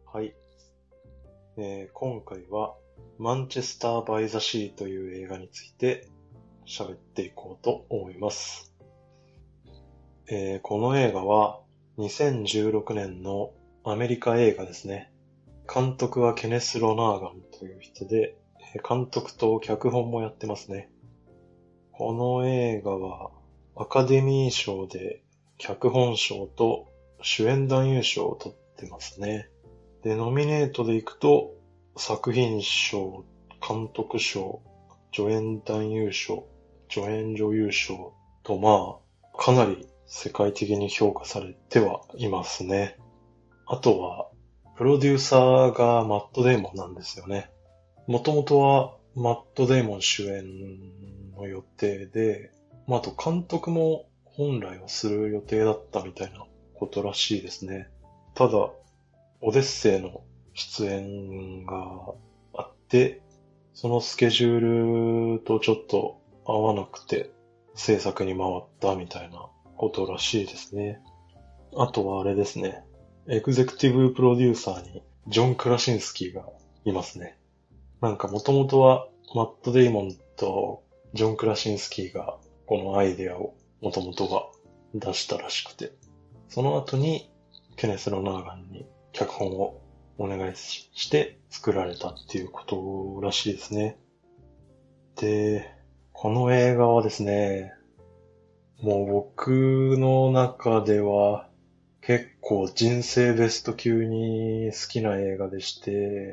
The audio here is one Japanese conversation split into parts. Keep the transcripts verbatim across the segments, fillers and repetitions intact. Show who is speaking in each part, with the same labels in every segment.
Speaker 1: はい、えー今回はマンチェスター・バイ・ザ・シーという映画について喋っていこうと思います。えーこの映画はにせんじゅうろくねんのアメリカ映画ですね。監督はケネス・ロナーガンという人で、えー監督と脚本もやってますね。この映画はアカデミー賞で脚本賞と主演男優賞を取ってますね。で、ノミネートでいくと、作品賞、監督賞、助演男優賞、助演女優賞と、まあ、かなり世界的に評価されてはいますね。あとは、プロデューサーがマット・デイモンなんですよね。もともとはマット・デイモン主演の予定で、まあ、あと監督も本来はする予定だったみたいなことらしいですね。ただ、オデッセイの出演があって、そのスケジュールとちょっと合わなくて制作に回ったみたいなことらしいですね。あとはあれですね。エグゼクティブプロデューサーにジョン・クラシンスキーがいますね。なんかもともとはマット・デイモンとジョン・クラシンスキーがこのアイデアをもともとは出したらしくて、その後にケネス・ロナーガンに脚本をお願いして作られたっていうことらしいですね。で、この映画はですね、もう僕の中では結構人生ベスト級に好きな映画でして、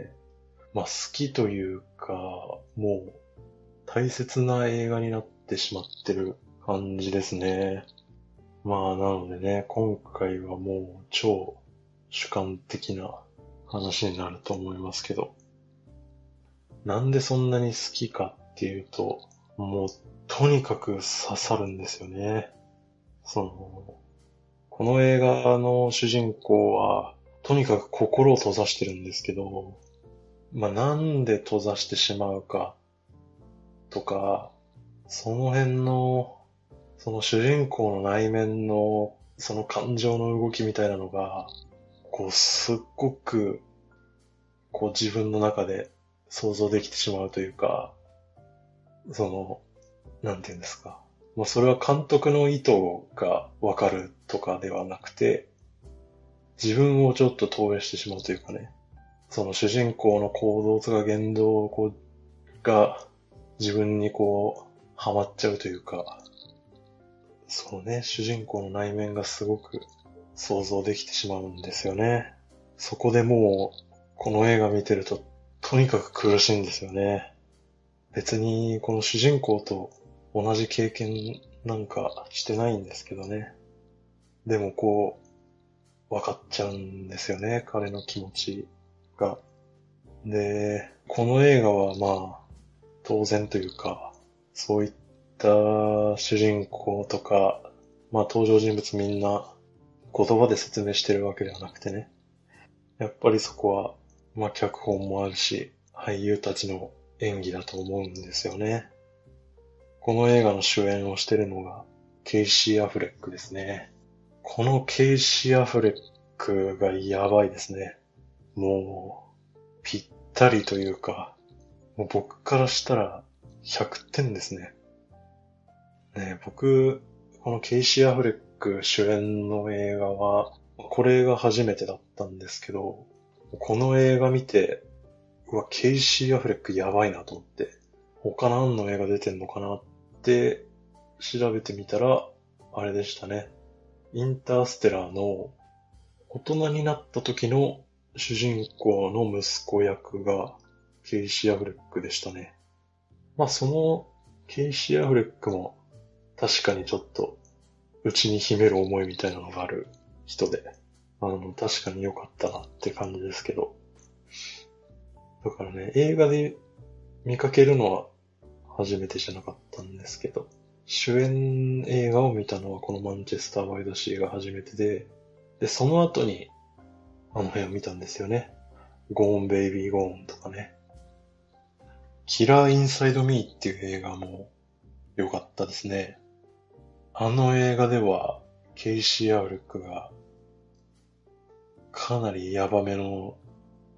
Speaker 1: まあ好きというか、もう大切な映画になってしまってる感じですね。まあなのでね、今回はもう超主観的な話になると思いますけど、なんでそんなに好きかっていうと、もうとにかく刺さるんですよね。その、この映画の主人公は、とにかく心を閉ざしてるんですけど、まあなんで閉ざしてしまうかとか、その辺の、その主人公の内面の、その感情の動きみたいなのが、こうすっごく、こう自分の中で想像できてしまうというか、その、なんていうんですか。まあそれは監督の意図がわかるとかではなくて、自分をちょっと投影してしまうというかね。その主人公の行動とか言動こうが自分にこう、ハマっちゃうというか、そうね、主人公の内面がすごく想像できてしまうんですよね。そこでもう、この映画見てると、とにかく苦しいんですよね。別に、この主人公と同じ経験なんかしてないんですけどね。でもこう、分かっちゃうんですよね、彼の気持ちが。で、この映画はまあ、当然というか、そういった主人公とか、まあ登場人物みんな言葉で説明してるわけではなくてね。やっぱりそこは、まあ脚本もあるし、俳優たちの演技だと思うんですよね。この映画の主演をしてるのが、ケイシー・アフレックですね。このケイシー・アフレックがやばいですね。もう、ぴったりというか、もう僕からしたらひゃくてんですね。ね、僕、このケイシー・アフレック主演の映画は、これが初めてだったんですけど、この映画見て、うわ、ケイシー・アフレックやばいなと思って、他何の映画出てんのかなって調べてみたら、あれでしたね。インターステラーの大人になった時の主人公の息子役がケイシー・アフレックでしたね。まあそのケイシー・アフレックも確かにちょっと内に秘める思いみたいなのがある人で、あの確かに良かったなって感じですけど。だからね、映画で見かけるのは初めてじゃなかったんですけど、主演映画を見たのはこのマンチェスター・バイ・ザ・シーが初めてで、で、その後にあの辺を見たんですよね。ゴーン・ベイビー・ゴーンとかね。キラー・インサイド・ミーっていう映画も良かったですね。あの映画ではケイシー・アフレックがかなりヤバめの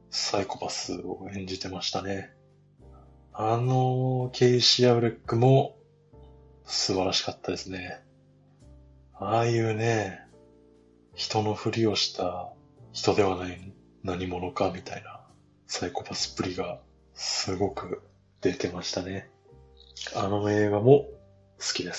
Speaker 1: サイコパスを演じてましたね。あの、ケイシー・アフレックも素晴らしかったですね。ああいうね、人のふりをした人ではない何者かみたいなサイコパスっぷりがすごく出てましたね。あの映画も好きです。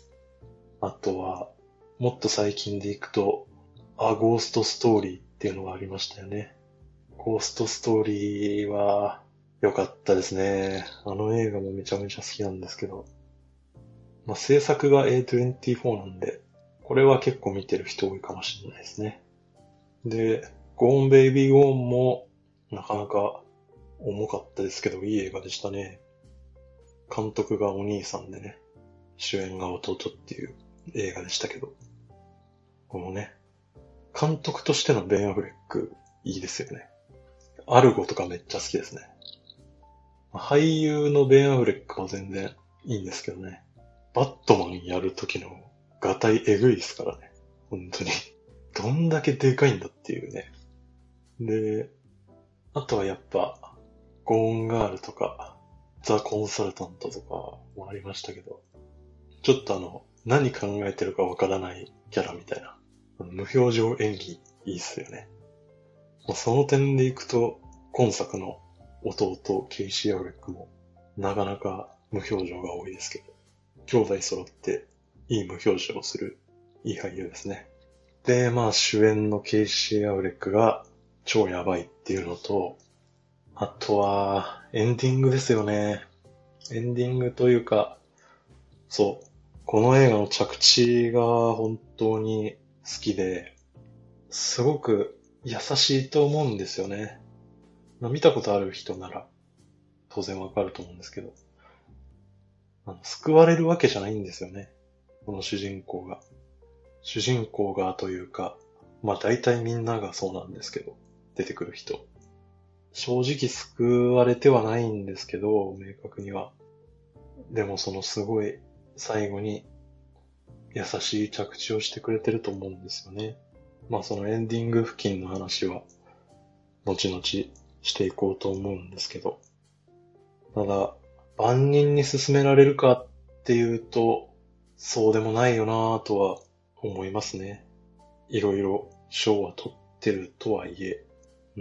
Speaker 1: あとは、もっと最近でいくと、あ、ゴーストストーリーっていうのがありましたよね。ゴーストストーリーは良かったですね。あの映画もめちゃめちゃ好きなんですけど、まあ、制作が エーにじゅうよん なんで、これは結構見てる人多いかもしれないですね。で、ゴーンベイビーゴーンもなかなか重かったですけど、いい映画でしたね。監督がお兄さんでね、主演が弟っていう映画でしたけど、このね、監督としてのベン・アフレック、いいですよね。アルゴとかめっちゃ好きですね。俳優のベン・アフレックも全然いいんですけどね。バットマンやるときのガタイエグいですからね。本当に。どんだけでかいんだっていうね。で、あとはやっぱ、ゴーンガールとか、ザ・コンサルタントとかもありましたけど、ちょっとあの、何考えてるかわからないキャラみたいな。無表情演技いいっすよね。その点でいくと、今作の弟、ケイシー・アフレックも、なかなか無表情が多いですけど、兄弟揃っていい無表情をするいい俳優ですね。で、まあ主演のケイシー・アフレックが超やばいっていうのと、あとはエンディングですよね。エンディングというか、そう、この映画の着地が本当に好きで、すごく優しいと思うんですよね。まあ、見たことある人なら当然わかると思うんですけど、あの救われるわけじゃないんですよね。この主人公が。主人公がというか、まあ大体みんながそうなんですけど、出てくる人。正直救われてはないんですけど、明確には。でもそのすごい最後に優しい着地をしてくれてると思うんですよね。まあそのエンディング付近の話は後々していこうと思うんですけど。ただ、万人に勧められるかっていうと、そうでもないよなぁとは思いますね。いろいろ賞は取ってるとはいえ。うん。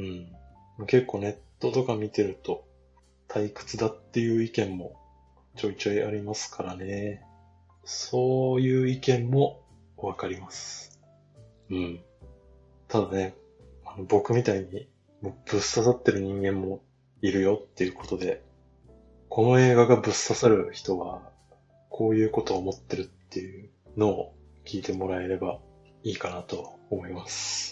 Speaker 1: 結構ネットとか見てると退屈だっていう意見もちょいちょいありますからね。そういう意見もわかります。うん。ただね、あの僕みたいにもうぶっ刺さってる人間もいるよっていうことで、この映画がぶっ刺さる人はこういうことを思ってるっていうのを聞いてもらえればいいかなと思います。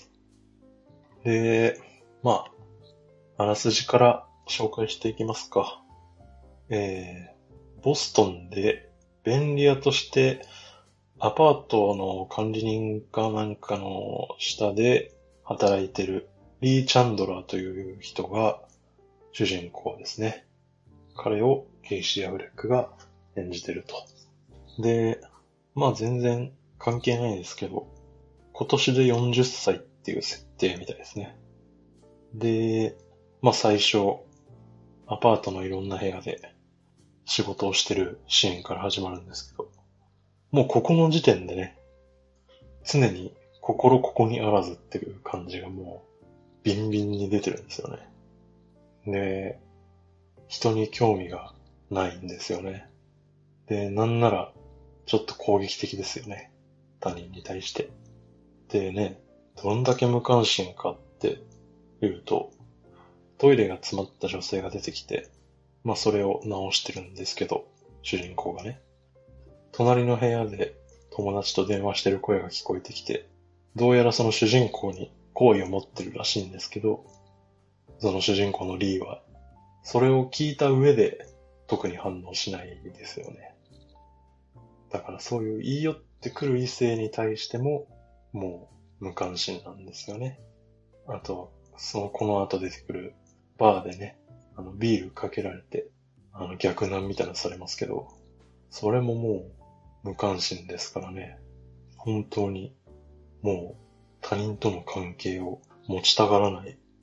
Speaker 1: で、まあ、あらすじから紹介していきますか。えー、ボストンで便利屋としてアパートの管理人かなんかの下で働いてるリー・チャンドラーという人が主人公ですね。彼をケイシー・アフレックが演じてると。で、まあ全然関係ないですけど、今年でよんじゅっさいっていう設定みたいですね。で、まあ最初、アパートのいろんな部屋で仕事をしてるシーンから始まるんですけど、もうここの時点でね、常に心ここにあらずっていう感じがもうビンビンに出てるんですよね。で、人に興味がないんですよね。で、なんならちょっと攻撃的ですよね。他人に対して。でね、どんだけ無関心かって言うと、トイレが詰まった女性が出てきて、まあそれを直してるんですけど、主人公がね。隣の部屋で友達と電話してる声が聞こえてきて、どうやらその主人公に好意を持ってるらしいんですけど、その主人公のリーは、それを聞いた上で特に反応しないですよね。だからそういう言い寄ってくる異性に対しても、もう無関心なんですよね。あと、そのこの後出てくるバーでね、あのビールかけられて、あの逆難みたいなのされますけど、それももう無関心ですからね。本当にもう他人との関係を持ちたがらない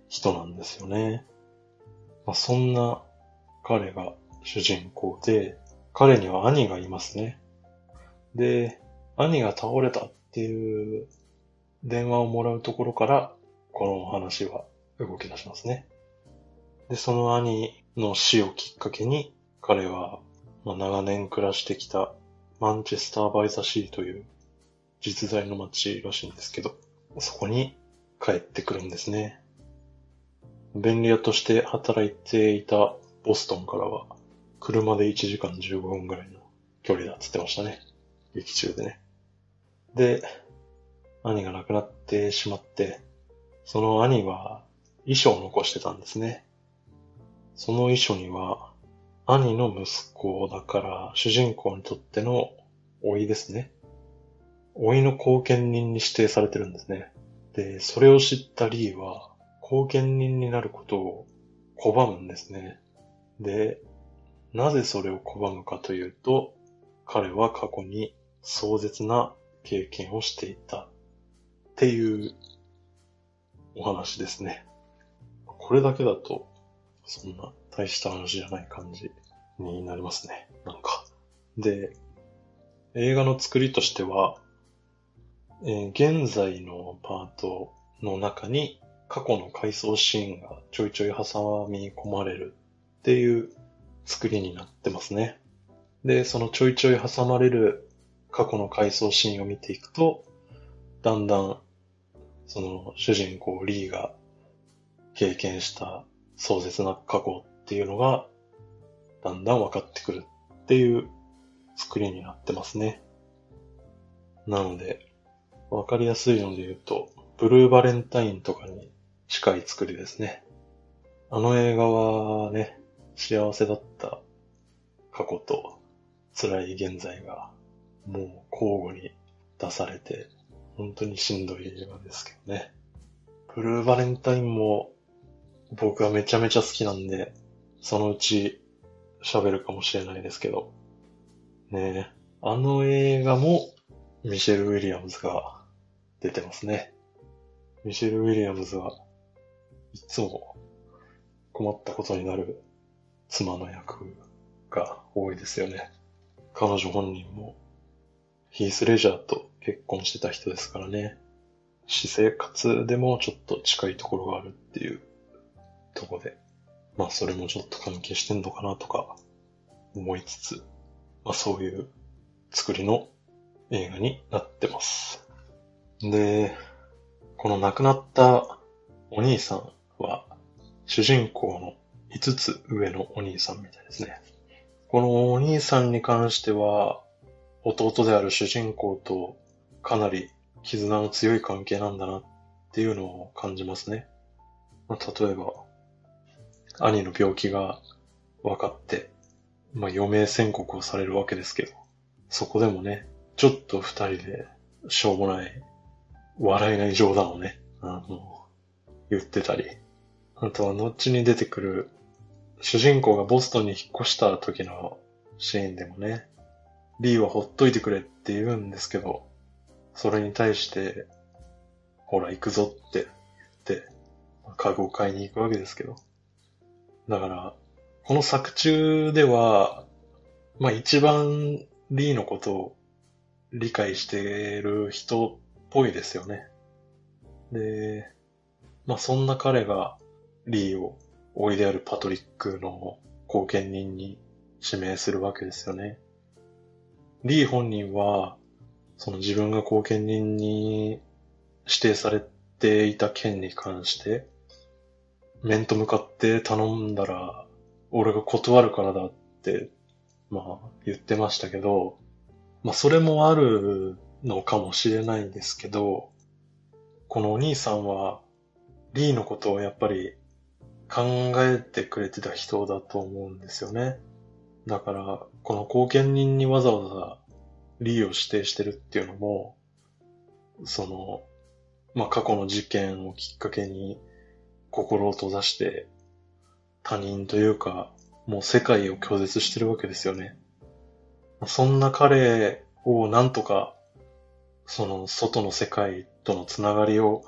Speaker 1: 人なんですよね。まあ、そんな彼が主人公で、彼には兄がいますね。で、兄が倒れたっていう電話をもらうところから、この話は動き出しますね。で、その兄の死をきっかけに、彼は、まあ、長年暮らしてきたマンチェスター・バイ・ザ・シーという実在の街らしいんですけど、そこに帰ってくるんですね。便利屋として働いていたボストンからは、車でいちじかんじゅうごふんぐらいの距離だっつってましたね。劇中でね。で、兄が亡くなってしまって、その兄は遺書を残してたんですね。その遺書には、兄の息子だから主人公にとっての甥いですね。甥いの後見人に指定されてるんですね。で、それを知ったリーは後見人になることを拒むんですね。で、なぜそれを拒むかというと、彼は過去に壮絶な経験をしていたっていうお話ですね。これだけだとそんな大した話じゃない感じになりますね。なんか。で、映画の作りとしては、えー現在のパートの中に過去の回想シーンがちょいちょい挟み込まれるっていう作りになってますね。で、そのちょいちょい挟まれる過去の回想シーンを見ていくと、だんだんその主人公リーが経験した壮絶な過去っていうのがだんだん分かってくるっていう作りになってますね。なので、分かりやすいので言うと、ブルーバレンタインとかに近い作りですね。あの映画はね、幸せだった過去と辛い現在がもう交互に出されて、本当にしんどい映画ですけどね。ブルーバレンタインも僕はめちゃめちゃ好きなんで、そのうち喋るかもしれないですけど、ねえ、あの映画もミシェル・ウィリアムズが出てますね。ミシェル・ウィリアムズはいつも困ったことになる妻の役が多いですよね。彼女本人もヒース・レジャーと結婚してた人ですからね。私生活でもちょっと近いところがあるっていうところで、まあそれもちょっと関係してんのかなとか思いつつ、まあそういう作りの映画になってます。で、この亡くなったお兄さんは主人公のいつつ上のお兄さんみたいですね。このお兄さんに関しては弟である主人公とかなり絆の強い関係なんだなっていうのを感じますね。まあ、例えば兄の病気が分かって、まあ、余命宣告をされるわけですけど、そこでもね、ちょっと二人でしょうもない笑えない冗談をね、あの、言ってたり、あとは後に出てくる主人公がボストンに引っ越した時のシーンでもね、リーはほっといてくれって言うんですけど、それに対して、ほら行くぞって言って、家具を買いに行くわけですけど。だから、この作中では、まあ一番リーのことを理解している人っぽいですよね。で、まあそんな彼がリーを甥いであるパトリックの後見人に指名するわけですよね。リー本人は、その自分が後見人に指定されていた件に関して、面と向かって頼んだら、俺が断るからだって、まあ言ってましたけど、まあそれもあるのかもしれないんですけど、このお兄さんは、リーのことをやっぱり考えてくれてた人だと思うんですよね。だから、この後見人にわざわざリーを指定してるっていうのも、その、まあ、過去の事件をきっかけに心を閉ざして他人というか、もう世界を拒絶してるわけですよね。そんな彼をなんとか、その外の世界とのつながりを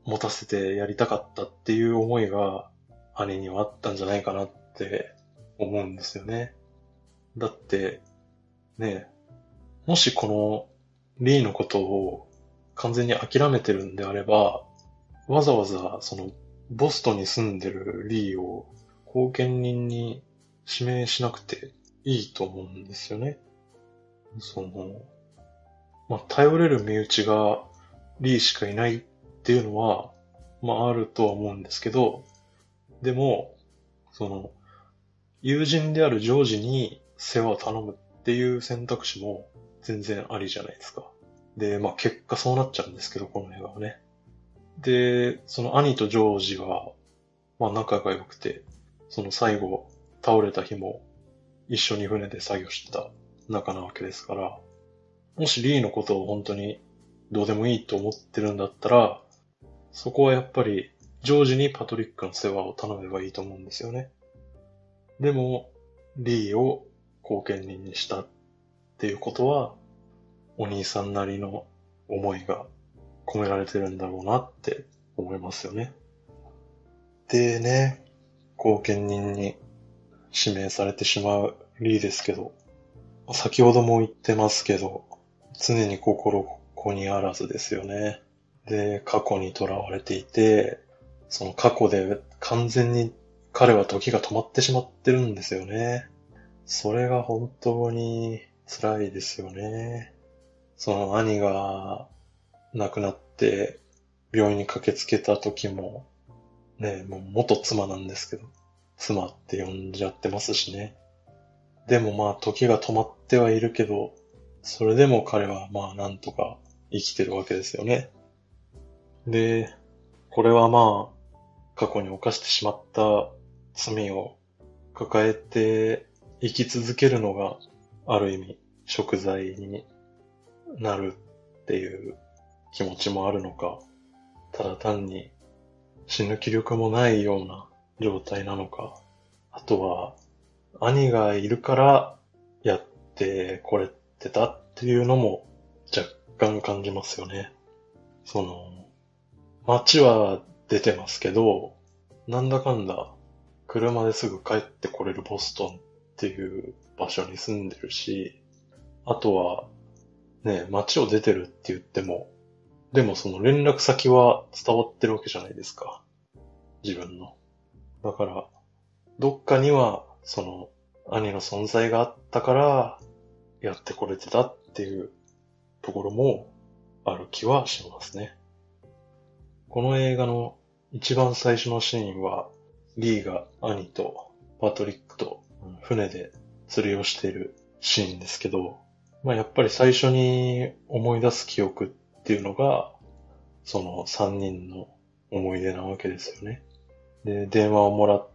Speaker 1: 持たせてやりたかったっていう思いが兄にはあったんじゃないかなって思うんですよね。だって、ね、もしこのリーのことを完全に諦めてるんであれば、わざわざそのボストンに住んでるリーを後見人に指名しなくていいと思うんですよね。その、まあ、頼れる身内がリーしかいないっていうのは、まああるとは思うんですけど、でも、その、友人であるジョージに世話を頼むっていう選択肢も全然ありじゃないですか。で、まあ結果そうなっちゃうんですけど、この映画はね。で、その兄とジョージは、まあ仲が良くて、その最後、倒れた日も一緒に船で作業してた仲なわけですから、もしリーのことを本当にどうでもいいと思ってるんだったら、そこはやっぱりジョージにパトリックの世話を頼めばいいと思うんですよね。でも、リーを後見人にしたっていうことは、お兄さんなりの思いが込められてるんだろうなって思いますよね。でね、後見人に指名されてしまうリーですけど、先ほども言ってますけど、常に心ここにあらずですよね。で、過去に囚われていて、その過去で完全に彼は時が止まってしまってるんですよね。それが本当に辛いですよね。その兄が亡くなって病院に駆けつけた時も、ね、もう元妻なんですけど、妻って呼んじゃってますしね。でもまあ時が止まってはいるけど、それでも彼はまあなんとか生きてるわけですよね。で、これはまあ過去に犯してしまった罪を抱えて生き続けるのがある意味贖罪になるっていう気持ちもあるのか、ただ単に死ぬ気力もないような状態なのか、あとは兄がいるからやってこれてたっていうのも若干感じますよね。その、街は出てますけど、なんだかんだ車ですぐ帰ってこれるボストンっていう場所に住んでるし、あとはね、街を出てるって言っても、でもその連絡先は伝わってるわけじゃないですか。自分の。だから、どっかにはその兄の存在があったからやってこれてたっていうところもある気はしますね。この映画の一番最初のシーンは、リーが兄とパトリックと船で釣りをしているシーンですけど、まあやっぱり最初に思い出す記憶っていうのが、その三人の思い出なわけですよね。で、電話をもらって、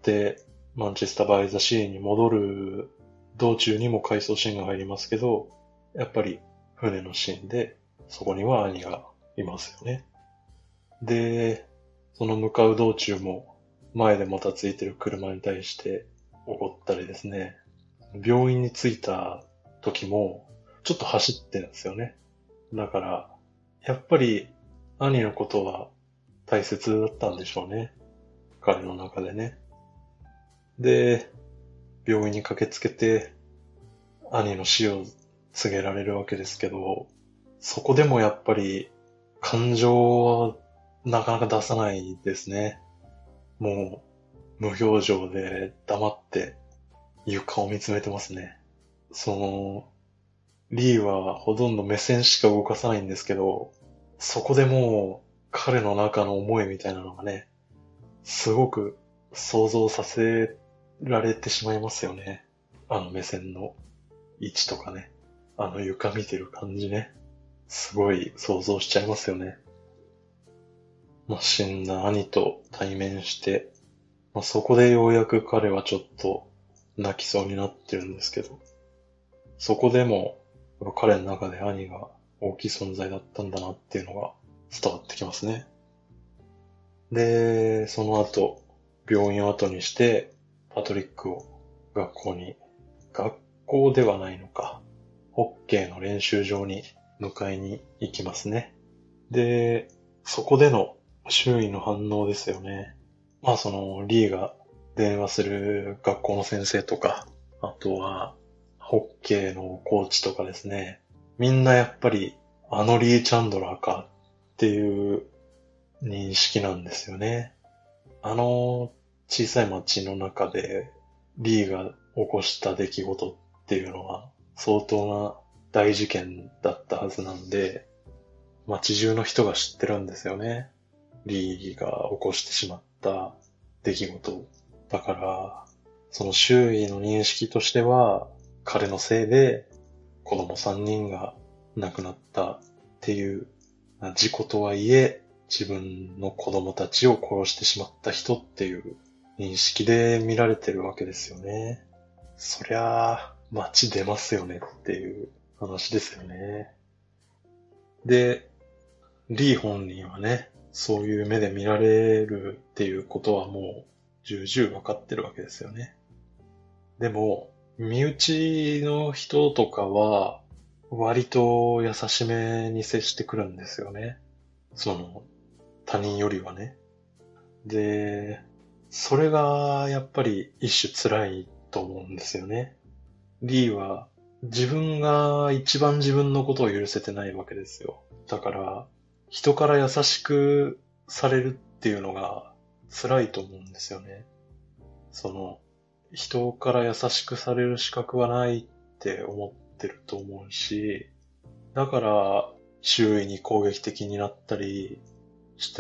Speaker 1: マンチェスターバイザシーに戻る道中にも回想シーンが入りますけど、やっぱり船のシーンで、そこには兄がいますよね。で、その向かう道中も、前でもたついてる車に対して怒ったりですね。病院に着いた時も、ちょっと走ってるんですよね。だから、やっぱり兄のことは大切だったんでしょうね。彼の中でね。で、病院に駆けつけて、兄の死を告げられるわけですけど、そこでもやっぱり感情はなかなか出さないですね。もう無表情で黙って床を見つめてますね。その、リーはほとんど目線しか動かさないんですけど、そこでもう彼の中の思いみたいなのがね、すごく想像させられてしまいますよね。あの目線の位置とかね。あの床見てる感じね。すごい想像しちゃいますよね。まあ、死んだ兄と対面して、まあ、そこでようやく彼はちょっと泣きそうになってるんですけど、そこでも彼の中で兄が大きい存在だったんだなっていうのが伝わってきますね。で、その後、病院を後にして、パトリックを学校に、学校ではないのか、ホッケーの練習場に迎えに行きますね。で、そこでの周囲の反応ですよね。まあその、リーが電話する学校の先生とか、あとは、ホッケーのコーチとかですね。みんなやっぱり、あのリー・チャンドラーかっていう認識なんですよね。あの小さい町の中で、リーが起こした出来事っていうのは、相当な大事件だったはずなんで、街中の人が知ってるんですよね。リーが起こしてしまった出来事。だから、その周囲の認識としては、彼のせいで子供さんにんが亡くなったっていう事故とはいえ、自分の子供たちを殺してしまった人っていう認識で見られてるわけですよね。そりゃあ、街出ますよねっていう話ですよね。で、リー本人はね、そういう目で見られるっていうことはもう重々わかってるわけですよね。でも、身内の人とかは、割と優しめに接してくるんですよね。その、他人よりはね。で、それがやっぱり一種辛いと思うんですよね。リーは自分が一番自分のことを許せてないわけですよ。だから、人から優しくされるっていうのが辛いと思うんですよね。その、人から優しくされる資格はないって思ってると思うし、だから周囲に攻撃的になったりして、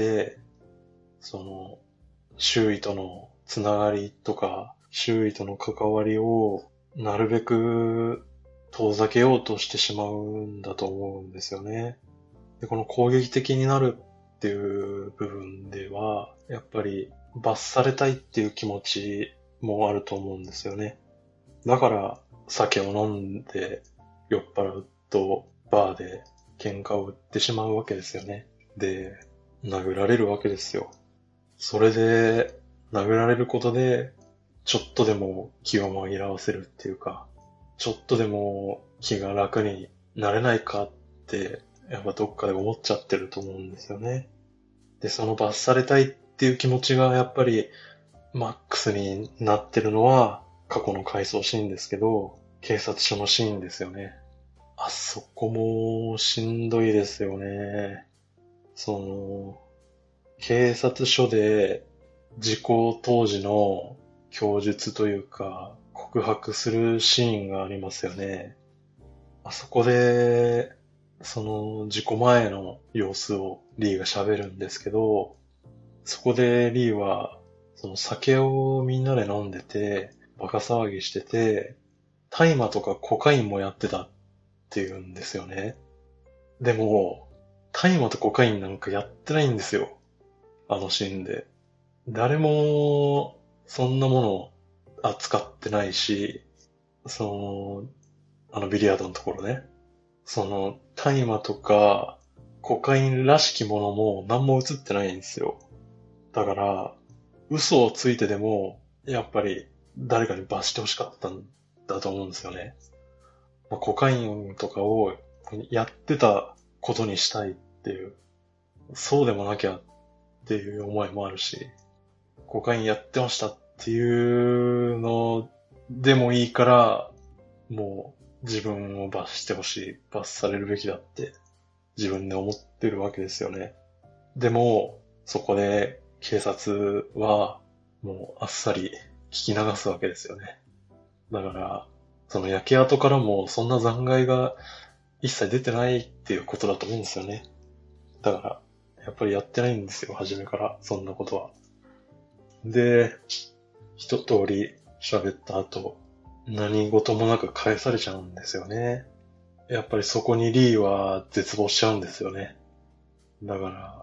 Speaker 1: その、周囲とのつながりとか、周囲との関わりをなるべく遠ざけようとしてしまうんだと思うんですよね。で、この攻撃的になるっていう部分では、やっぱり罰されたいっていう気持ちもあると思うんですよね。だから酒を飲んで酔っ払うとバーで喧嘩を売ってしまうわけですよね。で、殴られるわけですよ。それで殴られることでちょっとでも気を紛らわせるっていうか、ちょっとでも気が楽になれないかってやっぱどっかで思っちゃってると思うんですよね。で、その罰されたいっていう気持ちがやっぱりマックスになってるのは過去の回想シーンですけど、警察署のシーンですよね。あそこもしんどいですよね。その、警察署で事故当時の供述というか告白するシーンがありますよね。あそこで、その事故前の様子をリーが喋るんですけど、そこでリーは、その酒をみんなで飲んでて、バカ騒ぎしてて、大麻とかコカインもやってたって言うんですよね。でも、大麻とコカインなんかやってないんですよ。あのシーンで。誰も、そんなものを扱ってないし、その、あのビリヤードのところね。その、大麻とか、コカインらしきものも何も映ってないんですよ。だから、嘘をついてでも、やっぱり誰かに罰してほしかったんだと思うんですよね。まあ、コカインとかをやってたことにしたいっていう、そうでもなきゃっていう思いもあるし、コカインやってましたっていうのでもいいから、もう自分を罰してほしい、罰されるべきだって自分で思ってるわけですよね。でも、そこで警察はもうあっさり聞き流すわけですよね。だから、その焼け跡からもそんな残骸が一切出てないっていうことだと思うんですよね。だから、やっぱりやってないんですよ、初めから、そんなことは。で、一通り喋った後、何事もなく返されちゃうんですよね。やっぱりそこにリーは絶望しちゃうんですよね。だから、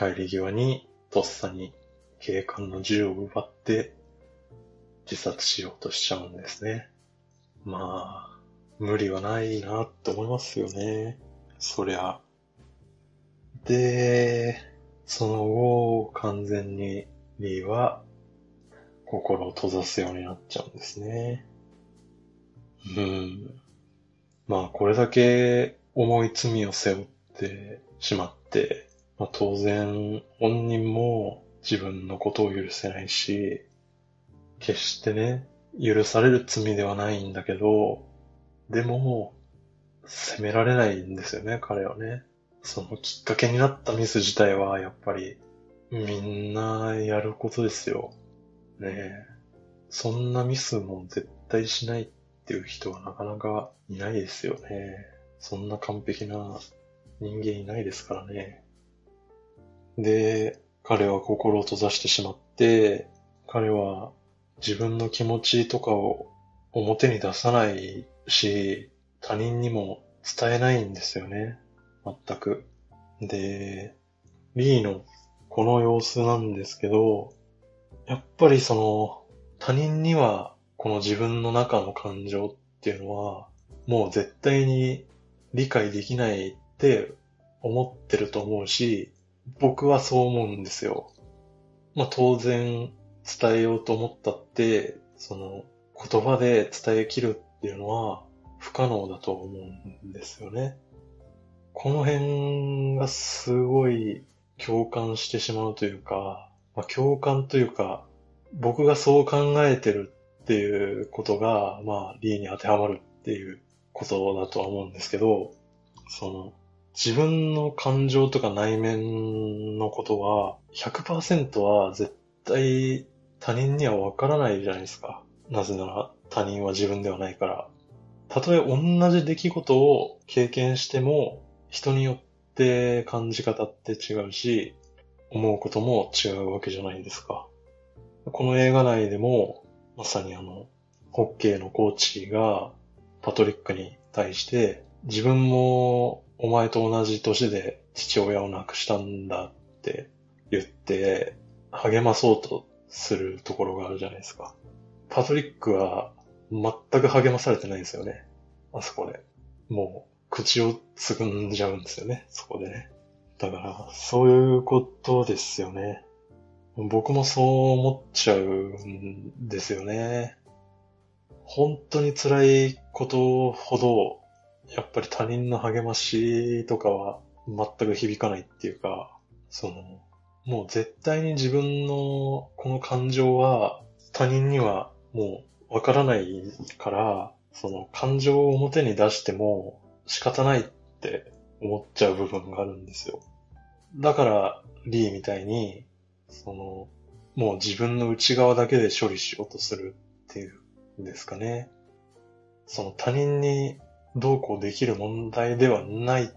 Speaker 1: 帰り際にとっさに警官の銃を奪って自殺しようとしちゃうんですね。まあ、無理はないなって思いますよね。そりゃ。で、その後、完全にリーは心を閉ざすようになっちゃうんですね。うん。まあ、これだけ重い罪を背負ってしまって、 まあ、当然本人も自分のことを許せないし、決してね、許される罪ではないんだけど、でも、責められないんですよね、彼はね。そのきっかけになったミス自体は、やっぱり、みんなやることですよ。ねえ。そんなミスも絶対しないっていう人はなかなかいないですよね。そんな完璧な人間いないですからね。で、彼は心を閉ざしてしまって、彼は自分の気持ちとかを表に出さないし、他人にも伝えないんですよね。全く。で、リーのこの様子なんですけど、やっぱりその他人にはこの自分の中の感情っていうのはもう絶対に理解できないって思ってると思うし、僕はそう思うんですよ。まあ当然伝えようと思ったって、その言葉で伝えきるっていうのは不可能だと思うんですよね。この辺がすごい共感してしまうというか、まあ、共感というか、僕がそう考えてるっていうことが、まあ、リーに当てはまるっていうことだとは思うんですけど、その、自分の感情とか内面のことは、ひゃくパーセントは絶対他人にはわからないじゃないですか。なぜなら他人は自分ではないから。たとえ同じ出来事を経験しても、人によって感じ方って違うし、思うことも違うわけじゃないですか。この映画内でも、まさにあの、ホッケーのコーチがパトリックに対して、自分もお前と同じ年で父親を亡くしたんだって言って励まそうとするところがあるじゃないですか。パトリックは全く励まされてないんですよね。あそこで。もう口をつぐんじゃうんですよね。そこでね。だから、そういうことですよね。僕もそう思っちゃうんですよね。本当に辛いことほど、やっぱり他人の励ましとかは全く響かないっていうか、その、もう絶対に自分のこの感情は他人にはもうわからないから、その感情を表に出しても仕方ないって思っちゃう部分があるんですよ。だから、リーみたいに、その、もう自分の内側だけで処理しようとするっていうんですかね。その他人にどうこうできる問題ではないって、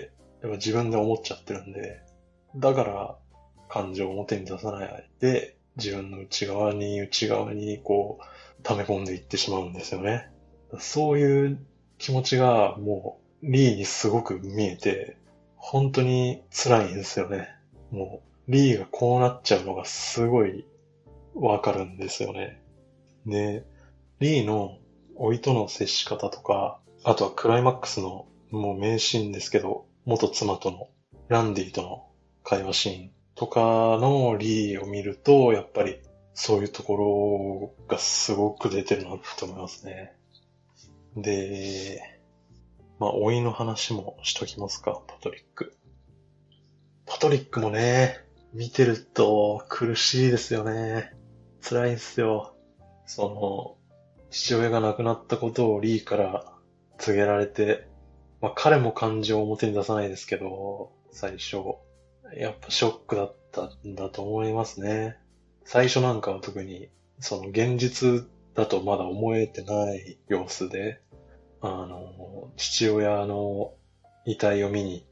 Speaker 1: やっぱ自分で思っちゃってるんで、だから感情を表に出さないで、自分の内側に内側にこう、溜め込んでいってしまうんですよね。そういう気持ちがもう、リーにすごく見えて、本当に辛いんですよね。もう、リーがこうなっちゃうのがすごいわかるんですよね。で、リーの老いとの接し方とか、あとはクライマックスのもう名シーンですけど、元妻とのランディとの会話シーンとかのリーを見ると、やっぱりそういうところがすごく出てるなと思いますね。で、まあ、老いの話もしときますか、パトリック。パトリックもね、見てると苦しいですよね。辛いんですよ。その、父親が亡くなったことをリーから告げられて、まあ彼も感情を表に出さないですけど、最初、やっぱショックだったんだと思いますね。最初なんかは特に、その現実だとまだ思えてない様子で、あの、父親の遺体を見に行って、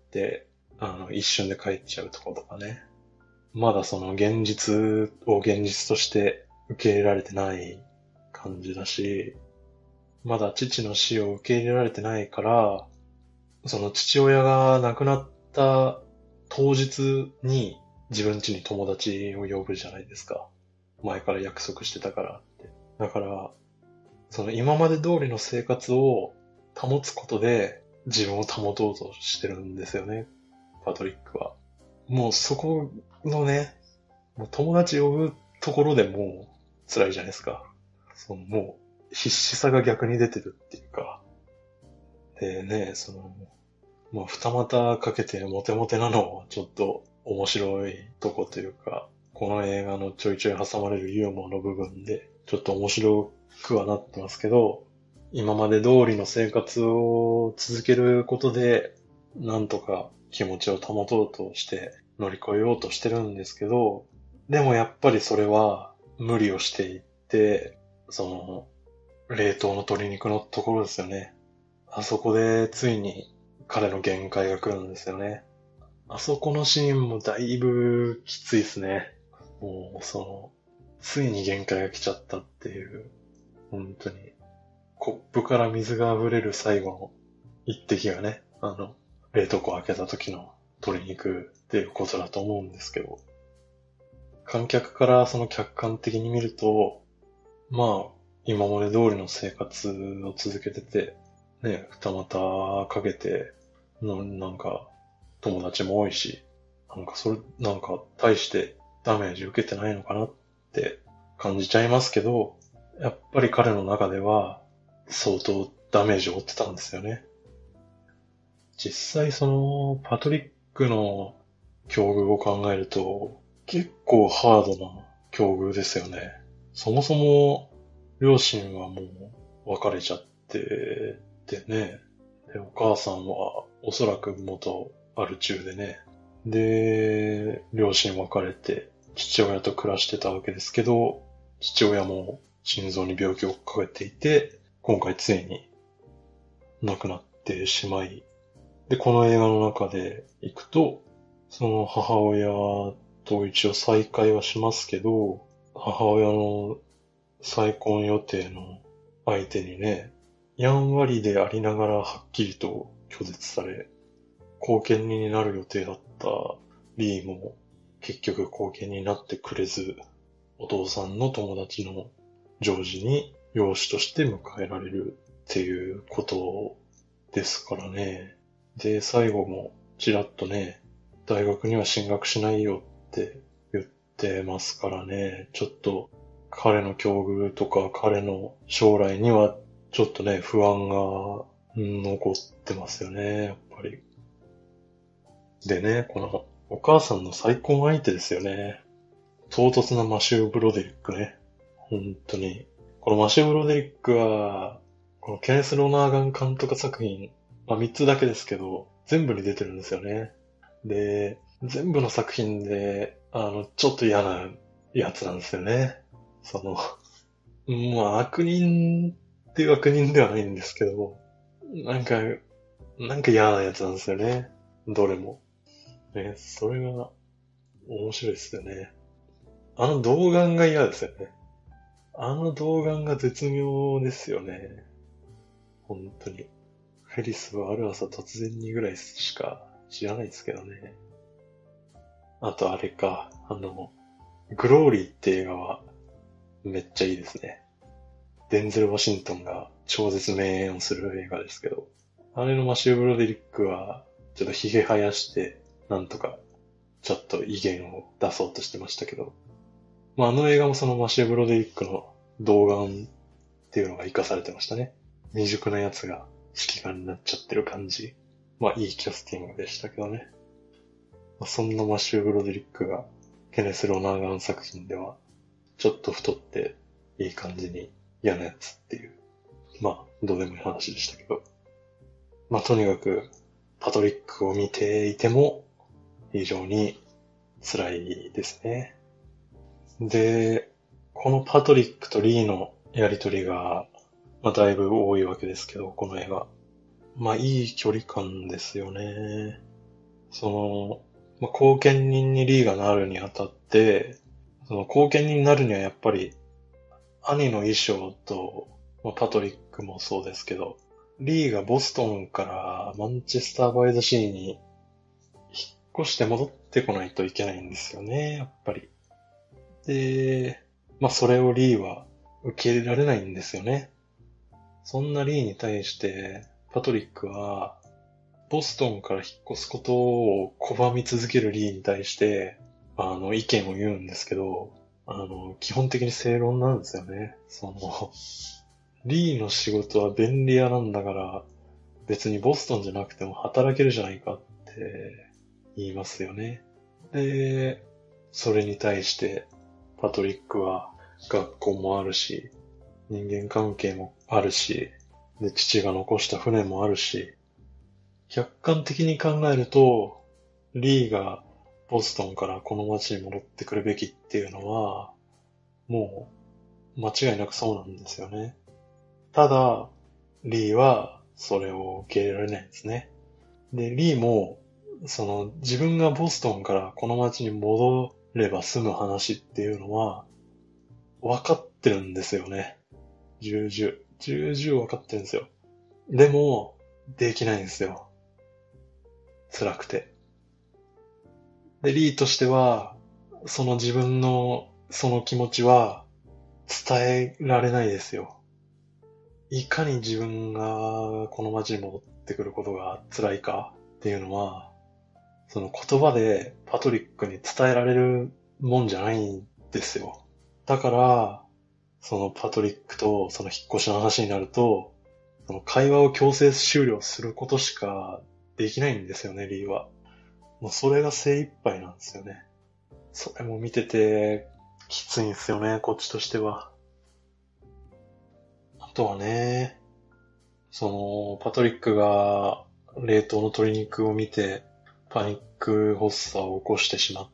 Speaker 1: あの、一瞬で帰っちゃうところとかね。まだその現実を現実として受け入れられてない感じだし、まだ父の死を受け入れられてないから、その父親が亡くなった当日に自分家に友達を呼ぶじゃないですか。前から約束してたからって。だから、その今まで通りの生活を保つことで自分を保とうとしてるんですよね。パトリックは。もうそこのね、もう友達呼ぶところでもう辛いじゃないですか。そのもう必死さが逆に出てるっていうか。でね、その、 まあ、二股かけてモテモテなのはちょっと面白いとこというか、この映画のちょいちょい挟まれるユーモアの部分で、ちょっと面白くはなってますけど、今まで通りの生活を続けることで、なんとか気持ちを保とうとして乗り越えようとしてるんですけど、でもやっぱりそれは無理をしていって、その、冷凍の鶏肉のところですよね。あそこでついに彼の限界が来るんですよね。あそこのシーンもだいぶきついですね。もう、その、ついに限界が来ちゃったっていう、本当に、コップから水が溢れる最後の一滴がね、あの、冷凍庫を開けた時の鶏肉っていうことだと思うんですけど、観客からその客観的に見ると、まあ、今まで通りの生活を続けてて、ね、二股かけて、のなんか、友達も多いし、なんかそれ、なんか、大してダメージ受けてないのかなって感じちゃいますけど、やっぱり彼の中では、相当ダメージを負ってたんですよね。実際その、パトリックの境遇を考えると、結構ハードな境遇ですよね。そもそも、両親はもう別れちゃっててね。で、お母さんはおそらく元アル中でね。で、両親別れて父親と暮らしてたわけですけど、父親も心臓に病気を抱えていて、今回ついに亡くなってしまい、で、この映画の中で行くと、その母親と一応再会はしますけど、母親の再婚予定の相手にね、やんわりでありながらはっきりと拒絶され、後見人になる予定だったリーも結局後見になってくれず、お父さんの友達のジョージに養子として迎えられるっていうことですからね。で、最後もちらっとね、大学には進学しないよって言ってますからね、ちょっと彼の境遇とか彼の将来にはちょっとね、不安が残ってますよね、やっぱり。でね、このお母さんの再婚相手ですよね。唐突なマシュー・ブロデリックね。本当に。このマシュー・ブロデリックは、このケネス・ロナーガン監督作品、まあみっつだけですけど、全部に出てるんですよね。で、全部の作品で、あの、ちょっと嫌なやつなんですよね。その、まあ悪人っていう悪人ではないんですけど、なんか、なんか嫌なやつなんですよね。どれも。ね、それが面白いですよね。あの童顔が嫌ですよね。あの童顔が絶妙ですよね。本当に。フェリスはある朝突然にぐらいしか知らないですけどね。あとあれか、あの、グローリーって映画はめっちゃいいですね。デンゼル・ワシントンが超絶名演をする映画ですけど、あれのマシュー・ブロデリックはちょっと髭生やして、なんとかちょっと威厳を出そうとしてましたけど、まあ、あの映画もそのマシュー・ブロデリックの童顔っていうのが活かされてましたね。未熟なやつが指揮官になっちゃってる感じ。まあいいキャスティングでしたけどね。まあ、そんなマシュー・ブロデリックがケネス・ロナーガン作品ではちょっと太っていい感じに嫌なやつっていう。まあどうでもいい話でしたけど。まあとにかくパトリックを見ていても非常に辛いですね。で、このパトリックとリーのやりとりが、まあだいぶ多いわけですけど、この映画。まあいい距離感ですよね。その、まあ、後見人にリーがなるにあたって、その後見人になるにはやっぱり兄の衣装と、まあ、パトリックもそうですけど、リーがボストンからマンチェスターバイザシーに引っ越して戻ってこないといけないんですよね、やっぱり。で、まあそれをリーは受け入れられないんですよね。そんなリーに対して、パトリックは、ボストンから引っ越すことを拒み続けるリーに対して、あの、意見を言うんですけど、あの、基本的に正論なんですよね。その、リーの仕事は便利屋なんだから、 別にボストンじゃなくても働けるじゃないかって言いますよね。で、それに対してパトリックは学校もあるし、人間関係もあるし、で、父が残した船もあるし、客観的に考えると、リーがボストンからこの街に戻ってくるべきっていうのは、もう間違いなくそうなんですよね。ただ、リーはそれを受け入れられないんですね。で、リーも、その自分がボストンからこの街に戻れば済む話っていうのは、分かってるんですよね。重々。重々分かってるんですよ。でも、できないんですよ。辛くて。で、リーとしては、その自分のその気持ちは伝えられないですよ。いかに自分がこの街に戻ってくることが辛いかっていうのは、その言葉でパトリックに伝えられるもんじゃないんですよ。だから、そのパトリックとその引っ越しの話になると、その会話を強制終了することしかできないんですよね、リーは。もうそれが精一杯なんですよね。それも見ててきついんですよね、こっちとしては。あとはね、その、パトリックが冷凍の鶏肉を見てパニック発作を起こしてしまって、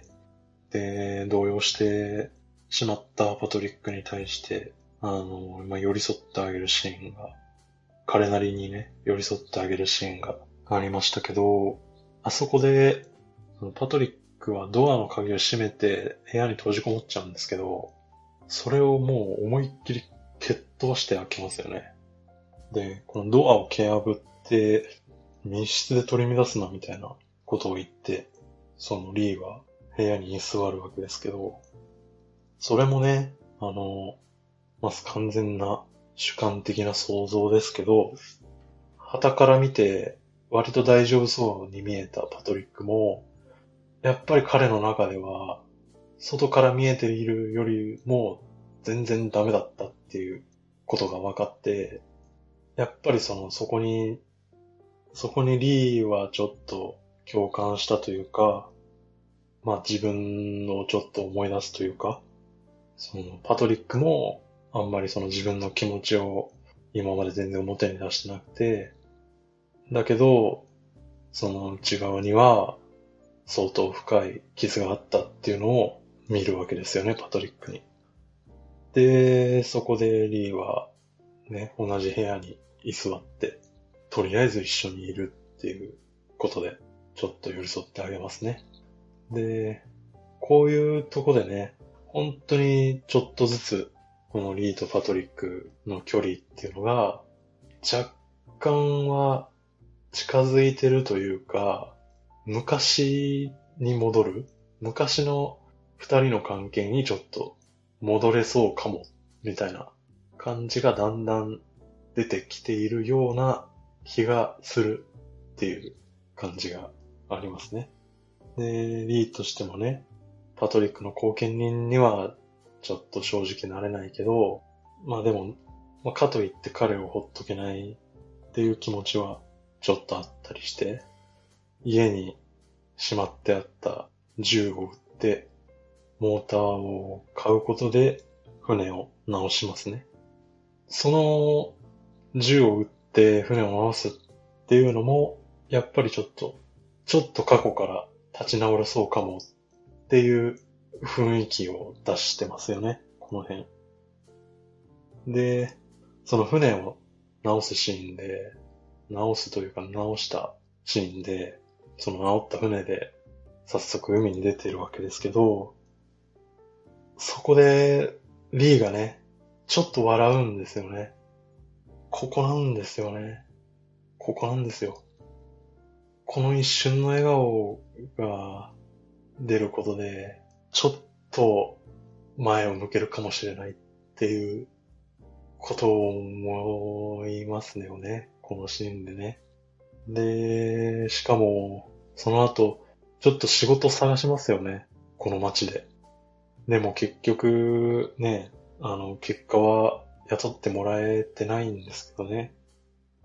Speaker 1: で、動揺してしまったパトリックに対して、あの、まあ、寄り添ってあげるシーンが、彼なりにね、寄り添ってあげるシーンがありましたけど、あそこで、パトリックはドアの鍵を閉めて部屋に閉じこもっちゃうんですけど、それをもう思いっきり蹴っ飛ばして開けますよね。で、このドアを蹴破って密室で取り乱すなみたいなことを言って、そのリーは部屋に居座るわけですけど、それもね、あの、まず完全な主観的な想像ですけど、傍から見て割と大丈夫そうに見えたパトリックも、やっぱり彼の中では、外から見えているよりも全然ダメだったっていうことが分かって、やっぱりその、そこに、そこにリーはちょっと共感したというか、まあ自分をちょっと思い出すというか、そのパトリックもあんまりその自分の気持ちを今まで全然表に出してなくて、だけど、その内側には相当深い傷があったっていうのを見るわけですよね、パトリックに。で、そこでリーはね、同じ部屋に居座って、とりあえず一緒にいるっていうことで、ちょっと寄り添ってあげますね。で、こういうとこでね、本当にちょっとずつ、このリーとパトリックの距離っていうのが、若干は近づいてるというか、昔に戻る昔の二人の関係にちょっと戻れそうかも、みたいな感じがだんだん出てきているような気がするっていう感じがありますね。で、リーとしてもね、パトリックの後見人にはちょっと正直なれないけど、まあでも、まあ、かといって彼をほっとけないっていう気持ちはちょっとあったりして、家にしまってあった銃を撃って、モーターを買うことで船を直しますね。その銃を撃って船を直すっていうのも、やっぱりちょっと、ちょっと過去から立ち直れそうかもっていう雰囲気を出してますよね、この辺。で、その船を直すシーンで、直すというか直したシーンで、その直った船で早速海に出てるわけですけど、そこでリーがね、ちょっと笑うんですよね。ここなんですよね。ここなんですよ。この一瞬の笑顔が出ることで、ちょっと前を向けるかもしれないっていうことを思いますよね。このシーンでね。で、しかも、その後、ちょっと仕事探しますよね。この街で。でも結局、ね、あの、結果は雇ってもらえてないんですけどね。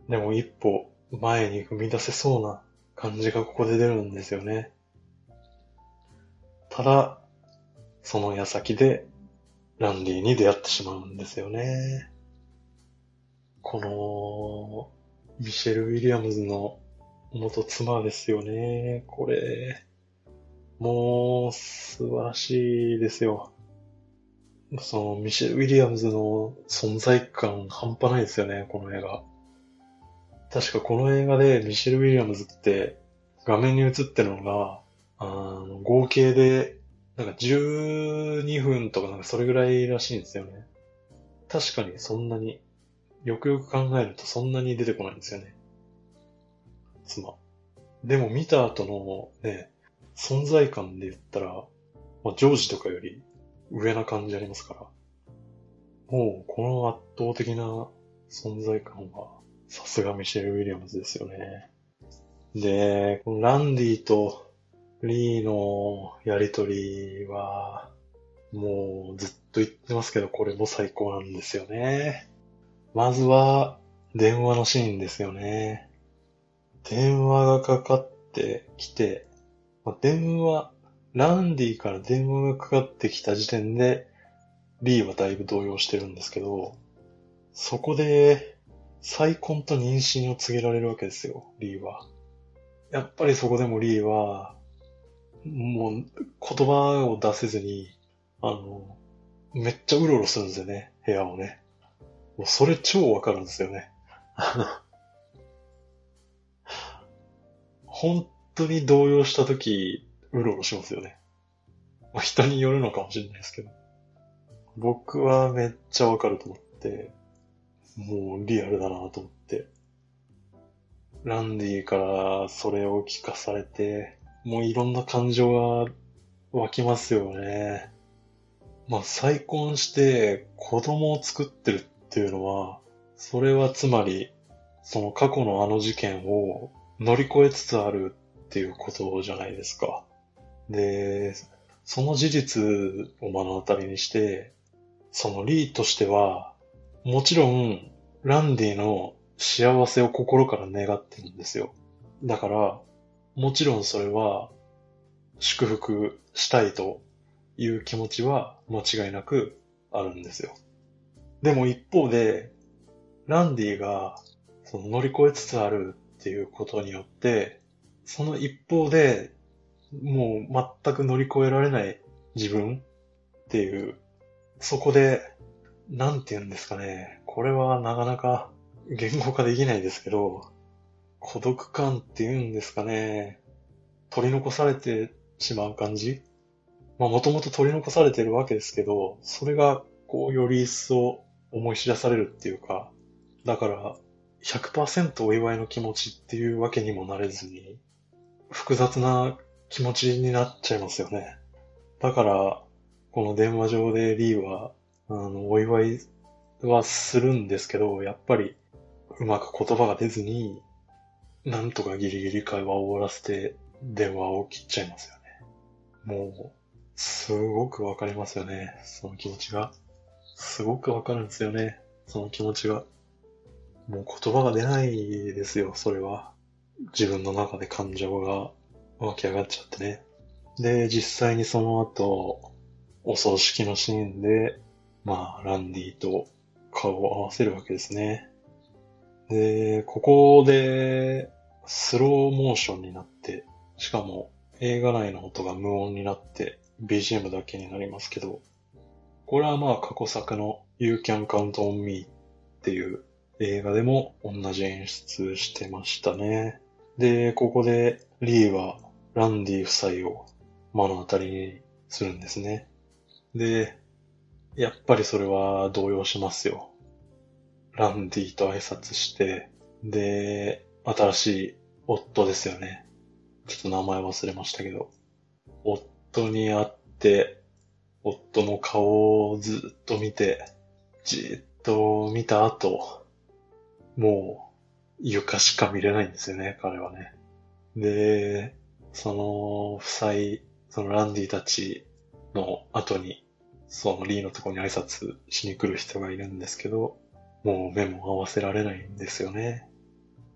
Speaker 1: でも一歩前に踏み出せそうな感じがここで出るんですよね。ただ、その矢先でランディに出会ってしまうんですよね。この、ミシェル・ウィリアムズの元妻ですよね。これ、もう素晴らしいですよ。そのミシェル・ウィリアムズの存在感半端ないですよね、この映画。確かこの映画でミシェル・ウィリアムズって画面に映ってるのが、あの合計でなんかじゅうにふんとかなんかそれぐらいらしいんですよね。確かにそんなに、よくよく考えるとそんなに出てこないんですよね。妻。でも見た後のね、存在感で言ったら、まあ、ジョージとかより上な感じありますから。もうこの圧倒的な存在感はさすがミシェル・ウィリアムズですよね。で、このランディとリーのやりとりは、もうずっと言ってますけど、これも最高なんですよね。まずは、電話のシーンですよね。電話がかかってきて、まあ、電話、ランディから電話がかかってきた時点で、リーはだいぶ動揺してるんですけど、そこで、再婚と妊娠を告げられるわけですよ、リーは。やっぱりそこでもリーは、もう言葉を出せずに、あの、めっちゃうろうろするんですよね、部屋をね。もうそれ超わかるんですよね。あの、本当に動揺した時、うろうろしますよね。まあ、人によるのかもしれないですけど。僕はめっちゃわかると思って、もうリアルだなと思って。ランディからそれを聞かされて、もういろんな感情が湧きますよね。まあ再婚して子供を作ってるっていうのは、それはつまり、その過去のあの事件を乗り越えつつあるっていうことじゃないですか。で、その事実を目の当たりにして、そのリーとしては、もちろん、ランディの幸せを心から願ってるんですよ。だから、もちろんそれは、祝福したいという気持ちは間違いなくあるんですよ。でも一方で、ランディがその乗り越えつつあるっていうことによって、その一方でもう全く乗り越えられない自分っていう、そこで、なんて言うんですかね。これはなかなか言語化できないですけど、孤独感って言うんですかね。取り残されてしまう感じ。まあもともと取り残されてるわけですけど、それがこうより一層思い知らされるっていうか、だからひゃくパーセントお祝いの気持ちっていうわけにもなれずに、複雑な気持ちになっちゃいますよね。だから、この電話上でリーは、あの、お祝いはするんですけど、やっぱりうまく言葉が出ずに、なんとかギリギリ会話を終わらせて電話を切っちゃいますよね。もう、すごくわかりますよね。その気持ちが。すごくわかるんですよね。その気持ちが。もう言葉が出ないですよ、それは。自分の中で感情が湧き上がっちゃってね。で、実際にその後、お葬式のシーンで、まあ、ランディと顔を合わせるわけですね。で、ここで、スローモーションになって、しかも映画内の音が無音になって、ビージーエム だけになりますけど、これはまあ過去作の You Can Count on Me っていう映画でも同じ演出してましたね。で、ここでリーはランディ夫妻を目の当たりにするんですね。で、やっぱりそれは動揺しますよ。ランディと挨拶して、で、新しい夫ですよね。ちょっと名前忘れましたけど、夫に会って、夫の顔をずっと見て、じーっと見た後、もう床しか見れないんですよね、彼はね。で、その夫妻、そのランディたちの後に、そのリーのところに挨拶しに来る人がいるんですけど、もう目も合わせられないんですよね。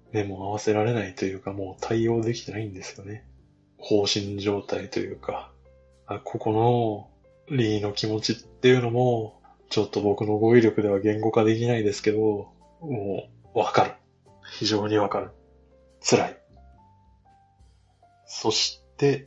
Speaker 1: 目も合わせられないというか、もう対応できてないんですよね。放心状態というか、あ、ここのリーの気持ちっていうのも、ちょっと僕の語彙力では言語化できないですけど、もうわかる。非常にわかる。辛い。そして、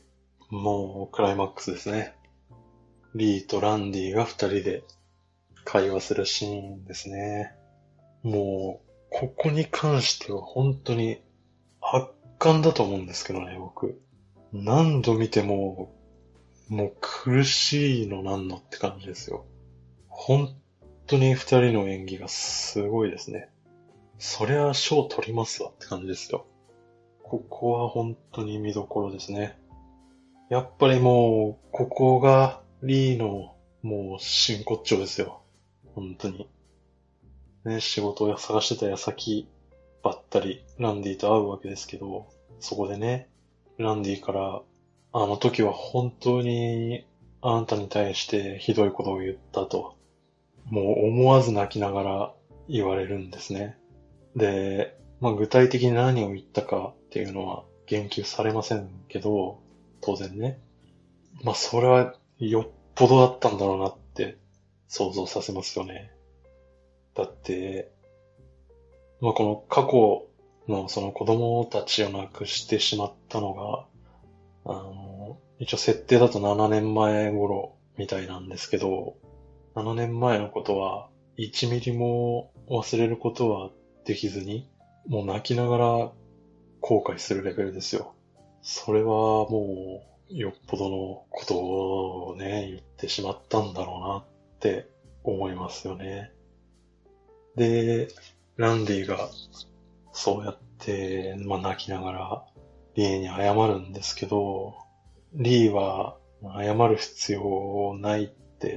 Speaker 1: もうクライマックスですね。リーとランディが二人で会話するシーンですね。もう、ここに関しては本当に圧巻だと思うんですけどね、僕。何度見ても、もう苦しいのなんのって感じですよ。本当に二人の演技がすごいですね。そりゃ賞取りますわって感じですよ。ここは本当に見どころですね。やっぱりもう、ここがリーのもう真骨頂ですよ。本当に。ね、仕事を探してた矢先、ばったりランディと会うわけですけど、そこでね、ランディから、あの時は本当にあんたに対してひどいことを言ったと、もう思わず泣きながら言われるんですね。で、まあ具体的に何を言ったかっていうのは言及されませんけど、当然ね。まあそれはよっぽどだったんだろうなって想像させますよね。だって、まあこの過去のその子供たちを亡くしてしまったのが、あの、一応設定だとななねんまえ頃みたいなんですけど、ななねんまえのことはいちミリも忘れることはできずに、もう泣きながら後悔するレベルですよ。それはもうよっぽどのことをね、言ってしまったんだろうなって思いますよね。で、ランディがそうやって、まあ、泣きながらリーに謝るんですけど、リーは謝る必要ないって、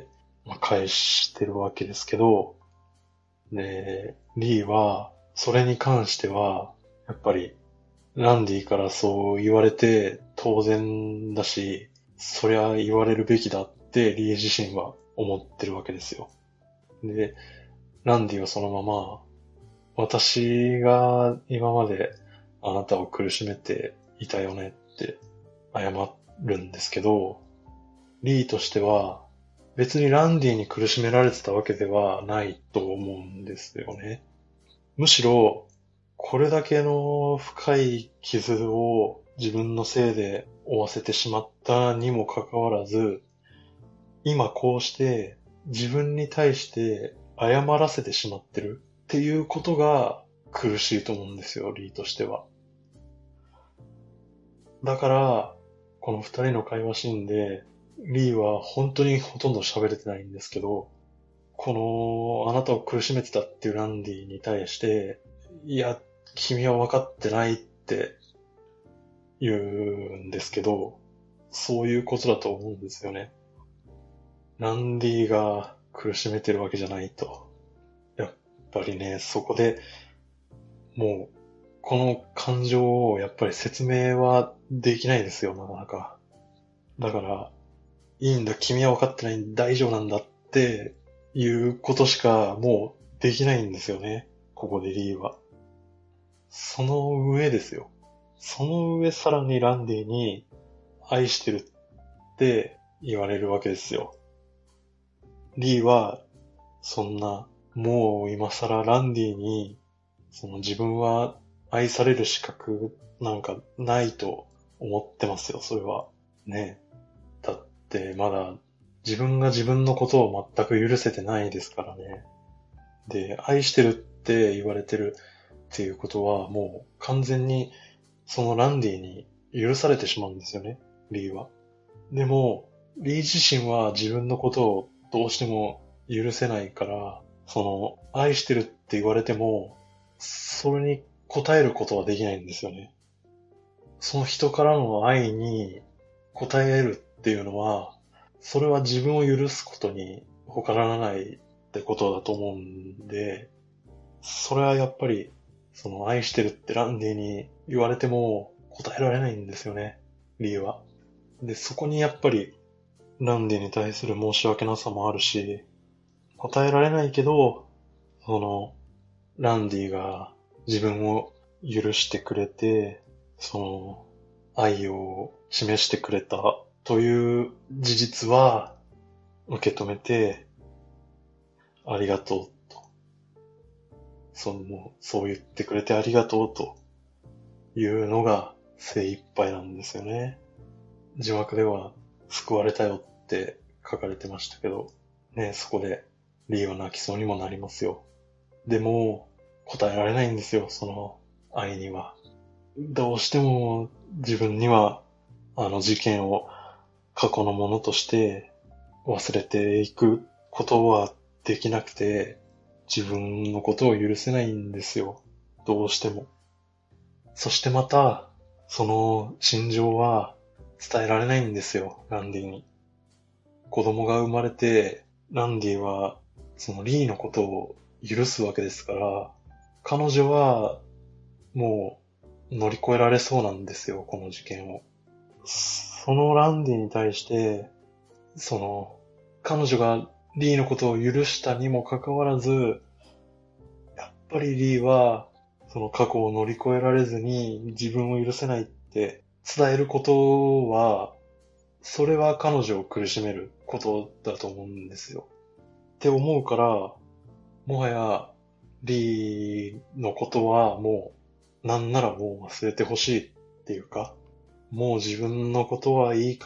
Speaker 1: まあ、返してるわけですけど、で、リーはそれに関しては、やっぱりランディからそう言われて当然だし、そりゃ言われるべきだってリー自身は思ってるわけですよ。で、ランディはそのまま、私が今まであなたを苦しめていたよねって謝るんですけど、リーとしては別にランディに苦しめられてたわけではないと思うんですよね。むしろ、これだけの深い傷を自分のせいで負わせてしまったにもかかわらず、今こうして自分に対して謝らせてしまってるっていうことが苦しいと思うんですよ、リーとしては。だから、この二人の会話シーンで、リーは本当にほとんど喋れてないんですけど、この、あなたを苦しめてたっていうランディに対して、いや、君は分かってないって言うんですけど、そういうことだと思うんですよね。ランディが苦しめてるわけじゃないと。やっぱりね、そこでもう、この感情をやっぱり説明はできないですよ、なかなか。だから、いいんだ、君は分かってないんだ、大丈夫なんだっていうことしかもうできないんですよね。ここでリーは。その上ですよ。その上さらにランディに愛してるって言われるわけですよ。リーは、そんな、もう今更ランディに、その自分は愛される資格なんかないと思ってますよ、それは。ね。だってまだ自分が自分のことを全く許せてないですからね。で、愛してるって言われてるっていうことはもう完全にそのランディに許されてしまうんですよね、リーは。でも、リー自身は自分のことをどうしても許せないから、その、愛してるって言われても、それに応えることはできないんですよね。その人からの愛に応えるっていうのは、それは自分を許すことに他ならないってことだと思うんで、それはやっぱり、その愛してるってランディに言われても答えられないんですよね、リーは。で、そこにやっぱりランディに対する申し訳なさもあるし、答えられないけど、その、ランディが自分を許してくれて、その愛を示してくれたという事実は受け止めて、ありがとうと。その、そう言ってくれてありがとうというのが精一杯なんですよね。字幕では救われたよって書かれてましたけど、ね、そこでリーは泣きそうにもなりますよ。でも、答えられないんですよ、その愛には。どうしても自分にはあの事件を過去のものとして忘れていくことはできなくて、自分のことを許せないんですよ。どうしても。そしてまた、その心情は伝えられないんですよ、ランディに。子供が生まれて、ランディはそのリーのことを許すわけですから、彼女はもう乗り越えられそうなんですよ、この事件を。そのランディに対して、その、彼女がリーのことを許したにもかかわらず、やっぱりリーは、その過去を乗り越えられずに自分を許せないって伝えることは、それは彼女を苦しめることだと思うんですよ。って思うから、もはや、リーのことはもう、なんならもう忘れてほしいっていうか、もう自分のことはいいから、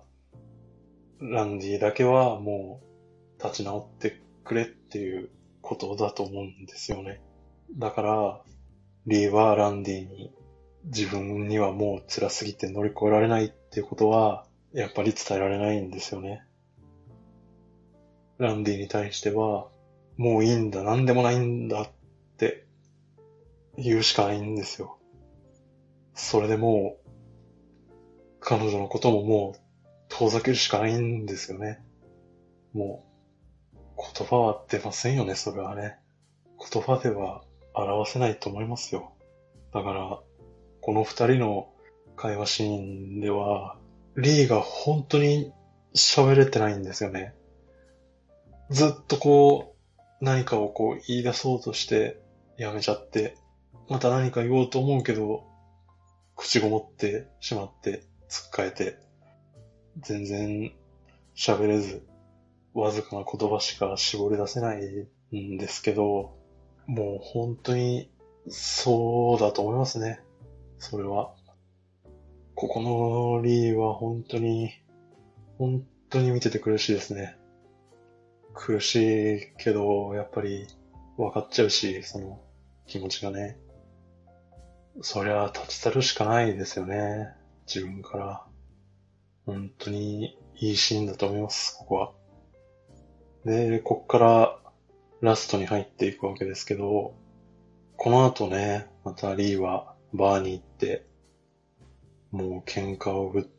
Speaker 1: ランディだけはもう立ち直ってくれっていうことだと思うんですよね。だから、リーはランディに自分にはもう辛すぎて乗り越えられないっていうことは、やっぱり伝えられないんですよね。ランディに対しては、もういいんだ、なんでもないんだって言うしかないんですよ。それでもう、彼女のことももう遠ざけるしかないんですよね。もう、言葉は出ませんよね、それはね。言葉では表せないと思いますよ。だから、この二人の会話シーンでは、リーが本当に喋れてないんですよね。ずっとこう、何かをこう言い出そうとしてやめちゃって、また何か言おうと思うけど、口ごもってしまって、つっかえて、全然喋れず、わずかな言葉しか絞り出せないんですけど、もう本当にそうだと思いますね。それは。ここのリーは本当に、本当に見てて苦しいですね。苦しいけど、やっぱり分かっちゃうし、その気持ちがね。そりゃ立ち去るしかないですよね。自分から。本当にいいシーンだと思います、ここは。で、こっからラストに入っていくわけですけど、この後ね、またリーはバーに行って、もう喧嘩を売って、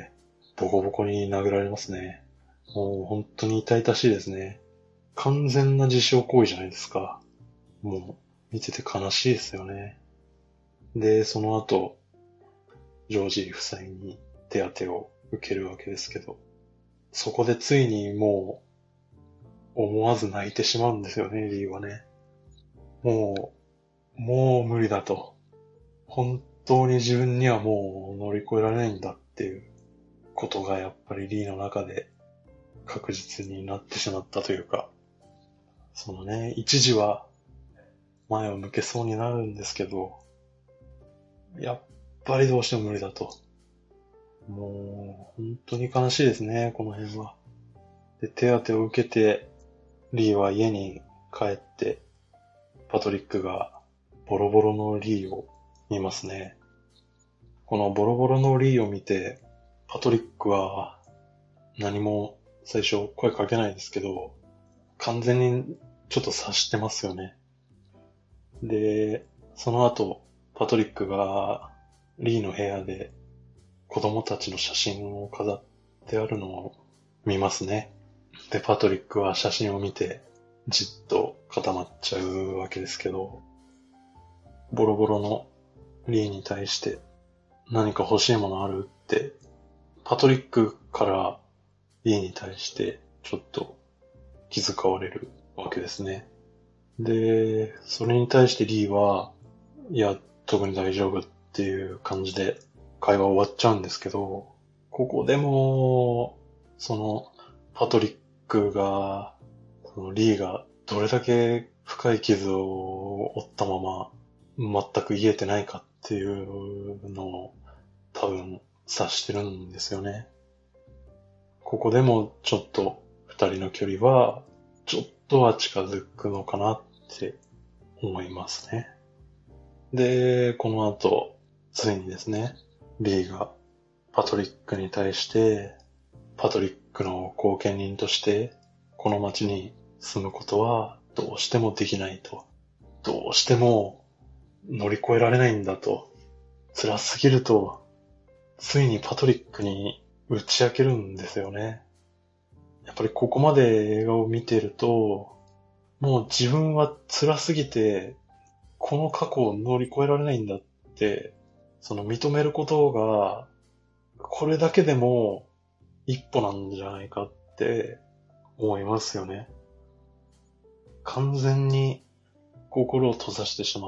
Speaker 1: ボコボコに殴られますね。もう本当に痛々しいですね。完全な自傷行為じゃないですか。もう見てて悲しいですよね。で、その後、ジョージ夫妻に手当てを受けるわけですけど、そこでついにもう思わず泣いてしまうんですよね、リーはね。もう、もう無理だと。本当に自分にはもう乗り越えられないんだっていうことがやっぱりリーの中で確実になってしまったというか、そのね、一時は前を向けそうになるんですけど、やっぱりどうしても無理だと。もう、本当に悲しいですね、この辺は。で、手当てを受けて、リーは家に帰って、パトリックがボロボロのリーを見ますね。このボロボロのリーを見て、パトリックは何も最初声かけないんですけど、完全にちょっと察してますよね。で、その後、パトリックがリーの部屋で子供たちの写真を飾ってあるのを見ますね。で、パトリックは写真を見てじっと固まっちゃうわけですけど、ボロボロのリーに対して何か欲しいものあるってパトリックからリーに対してちょっと気遣われるわけですね。で、それに対してリーはいや、特に大丈夫っていう感じで会話終わっちゃうんですけど、ここでも、その、パトリックが、そのリーがどれだけ深い傷を負ったまま、全く癒えてないかっていうのを多分察してるんですよね。ここでもちょっと二人の距離は、ちょっとは近づくのかなって思いますね。で、この後、ついにですね、リーがパトリックに対して、パトリックの後見人として、この町に住むことはどうしてもできないと。どうしても乗り越えられないんだと。辛すぎると、ついにパトリックに打ち明けるんですよね。やっぱりここまで映画を見てると、もう自分は辛すぎて、この過去を乗り越えられないんだって、その認めることが、これだけでも一歩なんじゃないかって思いますよね。完全に心を閉ざしてしまって、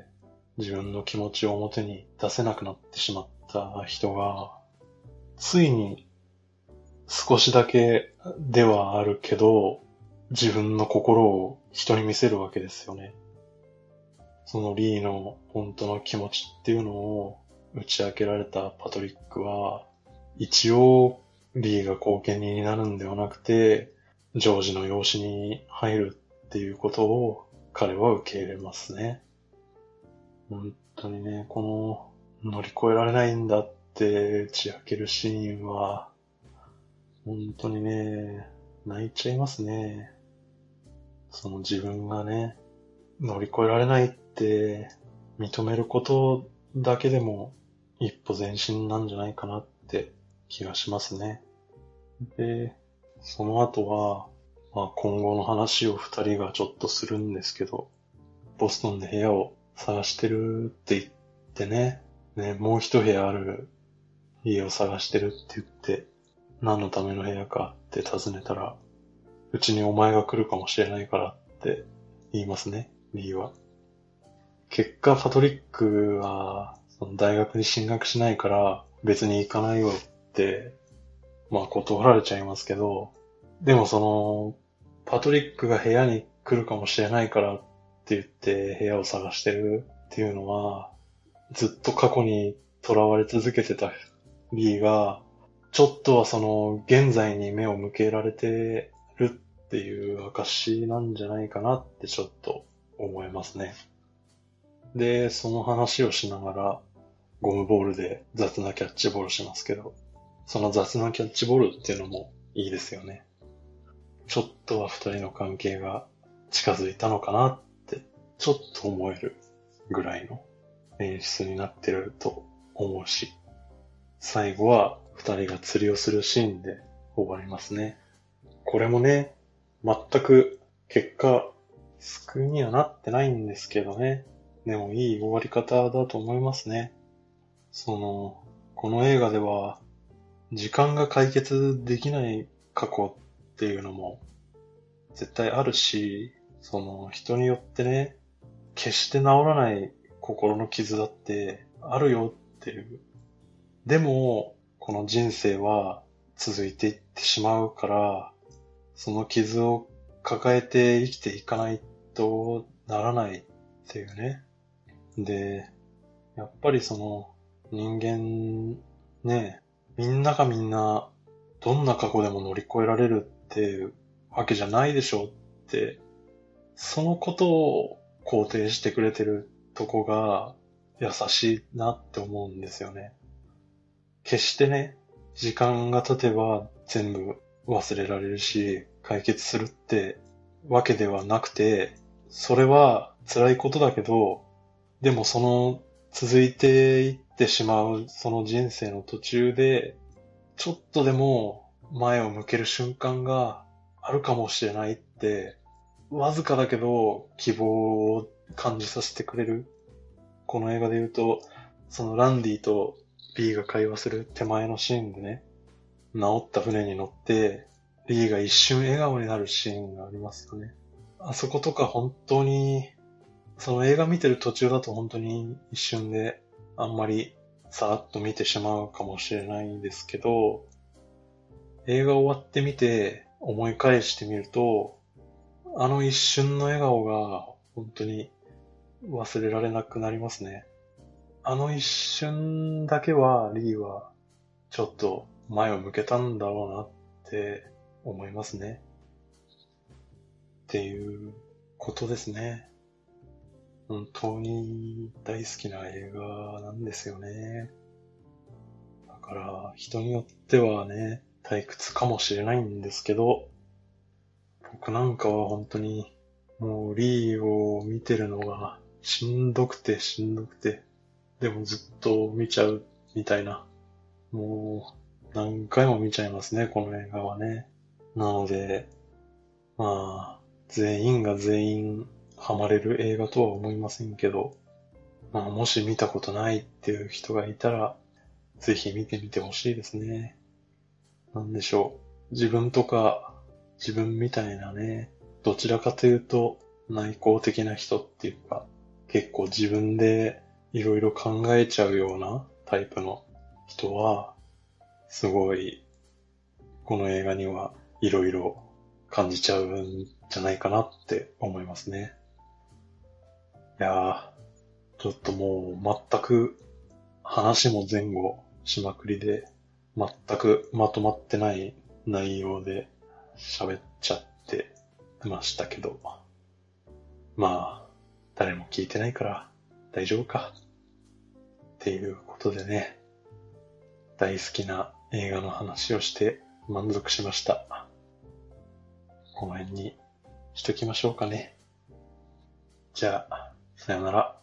Speaker 1: 自分の気持ちを表に出せなくなってしまった人が、ついに少しだけではあるけど、自分の心を人に見せるわけですよね。そのリーの本当の気持ちっていうのを打ち明けられたパトリックは、一応リーが後見人になるんではなくて、ジョージの養子に入るっていうことを彼は受け入れますね。本当にね、この乗り越えられないんだって打ち明けるシーンは、本当にね、泣いちゃいますね。その自分がね、乗り越えられないって認めることだけでも一歩前進なんじゃないかなって気がしますね。で、その後は、まあ、今後の話を二人がちょっとするんですけど、ボストンで部屋を探してるって言ってね、ね、もう一部屋ある家を探してるって言って、何のための部屋かって尋ねたら、うちにお前が来るかもしれないからって言いますね、リーは。結果、パトリックは、その大学に進学しないから別に行かないよって、まあ断られちゃいますけど、でもその、パトリックが部屋に来るかもしれないからって言って部屋を探してるっていうのは、ずっと過去に囚われ続けてたリーが、ちょっとはその現在に目を向けられてるっていう証なんじゃないかなってちょっと思いますね。で、その話をしながらゴムボールで雑なキャッチボールしますけど、その雑なキャッチボールっていうのもいいですよね。ちょっとは二人の関係が近づいたのかなってちょっと思えるぐらいの演出になってると思うし、最後は二人が釣りをするシーンで終わりますね。これもね、全く結果救いにはなってないんですけどね。でもいい終わり方だと思いますね。その、この映画では時間が解決できない過去っていうのも絶対あるし、その人によってね、決して治らない心の傷だってあるよっていう。でも、この人生は続いていってしまうから、その傷を抱えて生きていかないとならないっていうね。で、やっぱりその人間ね、みんながみんなどんな過去でも乗り越えられるっていうわけじゃないでしょうって、そのことを肯定してくれてるとこが優しいなって思うんですよね。決してね、時間が経てば全部忘れられるし、解決するってわけではなくて、それは辛いことだけど、でもその続いていってしまうその人生の途中で、ちょっとでも前を向ける瞬間があるかもしれないって、わずかだけど希望を感じさせてくれる。この映画で言うと、そのランディと B が会話する手前のシーンでね、治った船に乗って、リーが一瞬笑顔になるシーンがありますよね。あそことか本当にその映画見てる途中だと本当に一瞬であんまりさらっと見てしまうかもしれないんですけど、映画終わってみて思い返してみると、あの一瞬の笑顔が本当に忘れられなくなりますね。あの一瞬だけはリーはちょっと前を向けたんだろうなって思いますね。っていうことですね。本当に大好きな映画なんですよね。だから人によってはね、退屈かもしれないんですけど、僕なんかは本当にもうリーを見てるのがしんどくてしんどくて、でもずっと見ちゃうみたいな。もう何回も見ちゃいますね、この映画はね。なので、まあ、全員が全員ハマれる映画とは思いませんけど、まあもし見たことないっていう人がいたら、ぜひ見てみてほしいですね。なんでしょう。自分とか、自分みたいなね、どちらかというと内向的な人っていうか、結構自分でいろいろ考えちゃうようなタイプの人は、すごい、この映画にはいろいろ感じちゃうんじゃないかなって思いますね。いやー、ちょっともう全く話も前後しまくりで、全くまとまってない内容で喋っちゃってましたけど、まあ、誰も聞いてないから大丈夫かっていうことでね、大好きな映画の話をして満足しました。この辺にしときましょうかね。じゃあ、さよなら。